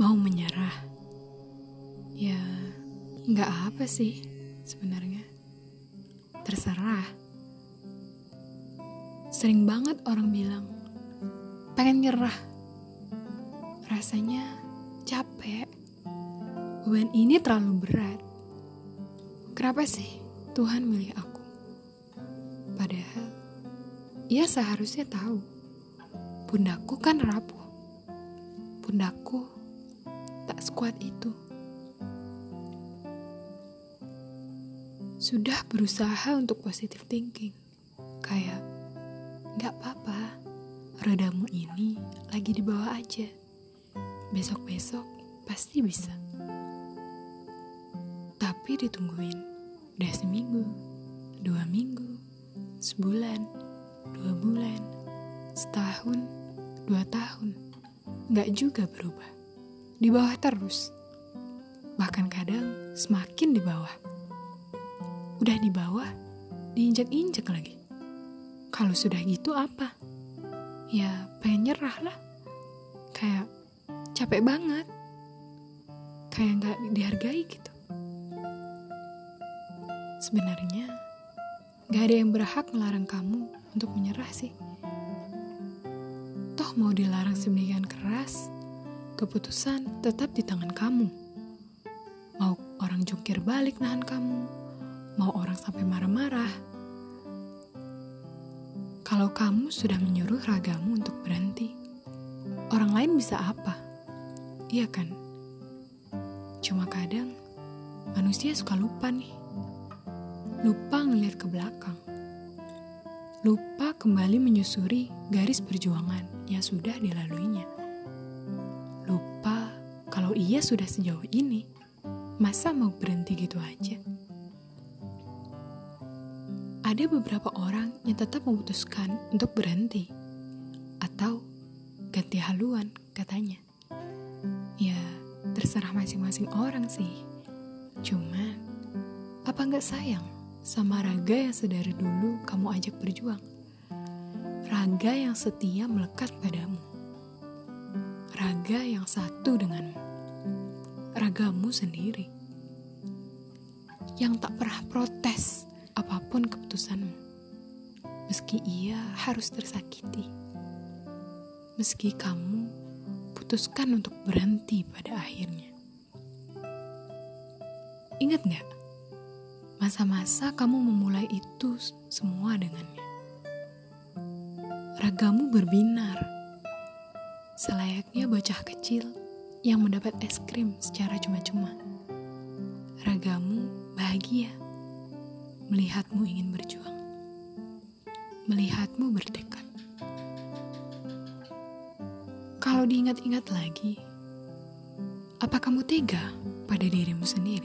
Mau menyerah? Ya, nggak apa sih sebenarnya. Terserah. Sering banget orang bilang, pengen nyerah. Rasanya capek. Beban ini terlalu berat. Kenapa sih Tuhan milih aku? Padahal, Ia seharusnya tahu. Pundakku kan rapuh. Pundakku tak sekuat itu. Sudah berusaha untuk positive thinking. Kayak, gak apa-apa, rodamu ini lagi di bawah aja. Besok-besok pasti bisa. Tapi ditungguin, udah seminggu, 2 minggu, sebulan, 2 bulan, setahun, 2 tahun. Gak juga berubah. Di bawah terus. Bahkan kadang semakin di bawah. Udah di bawah, diinjak-injak lagi. Kalau sudah gitu apa? Ya pengen nyerah lah. Kayak capek banget. Kayak gak dihargai gitu. Sebenarnya gak ada yang berhak melarang kamu untuk menyerah sih. Toh mau dilarang sedemikian keras, keputusan tetap di tangan kamu. Mau orang jungkir balik nahan kamu, mau orang sampai marah-marah. Kalau kamu sudah menyuruh ragamu untuk berhenti, orang lain bisa apa? Iya kan? Cuma kadang manusia suka lupa nih. Lupa ngeliat ke belakang. Lupa kembali menyusuri garis perjuangan yang sudah dilaluinya. Lupa kalau ia sudah sejauh ini, masa mau berhenti gitu aja? Ada beberapa orang yang tetap memutuskan untuk berhenti atau ganti haluan katanya. Ya, terserah masing-masing orang sih. Cuma, apa nggak sayang sama raga yang sedari dulu kamu ajak berjuang? Raga yang setia melekat padamu. Raga yang satu denganmu. Ragamu sendiri. Yang tak pernah protes apapun keputusanmu. Meski ia harus tersakiti. Meski kamu putuskan untuk berhenti pada akhirnya. Ingat gak? Masa-masa kamu memulai itu semua dengannya. Ragamu berbinar. Selayaknya bocah kecil yang mendapat es krim secara cuma-cuma. Ragamu bahagia. Melihatmu ingin berjuang. Melihatmu bertekad. Kalau diingat-ingat lagi, apa kamu tega pada dirimu sendiri?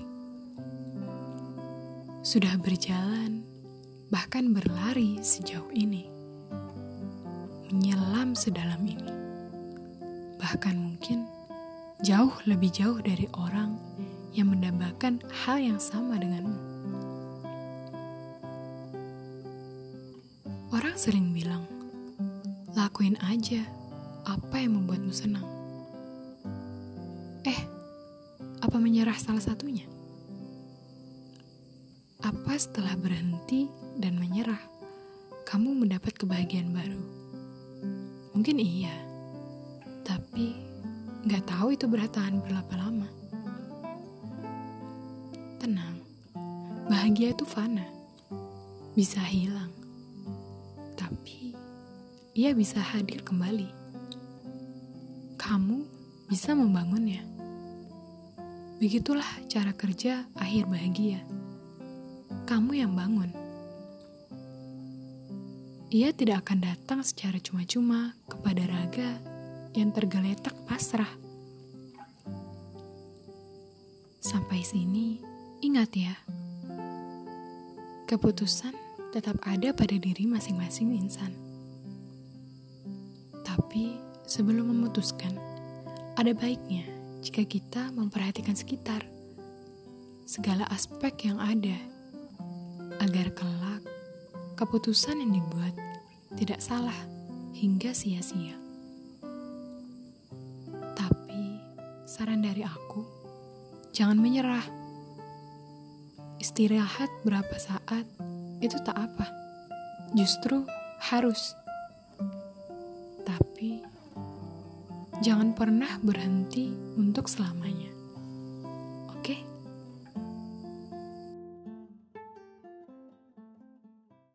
Sudah berjalan, bahkan berlari sejauh ini. Menyelam sedalam ini. Bahkan mungkin jauh lebih jauh dari orang yang mendambakan hal yang sama denganmu. Orang sering bilang, lakuin aja apa yang membuatmu senang. Apa menyerah salah satunya? Apa setelah berhenti dan menyerah, kamu mendapat kebahagiaan baru? Mungkin iya, tapi gak tahu itu bertahan berapa lama. Tenang, bahagia itu fana, bisa hilang, tapi ia bisa hadir kembali. Kamu bisa membangunnya. Begitulah cara kerja akhir bahagia. Kamu yang bangun. Ia tidak akan datang secara cuma-cuma kepada raga yang tergeletak pasrah. Sampai sini, ingat ya. Keputusan tetap ada pada diri masing-masing insan. Tapi sebelum memutuskan, ada baiknya jika kita memperhatikan sekitar, segala aspek yang ada, agar kelak keputusan yang dibuat tidak salah hingga sia-sia. Tapi saran dari aku, jangan menyerah. Istirahat berapa saat itu tak apa, justru harus. Tapi jangan pernah berhenti untuk selamanya.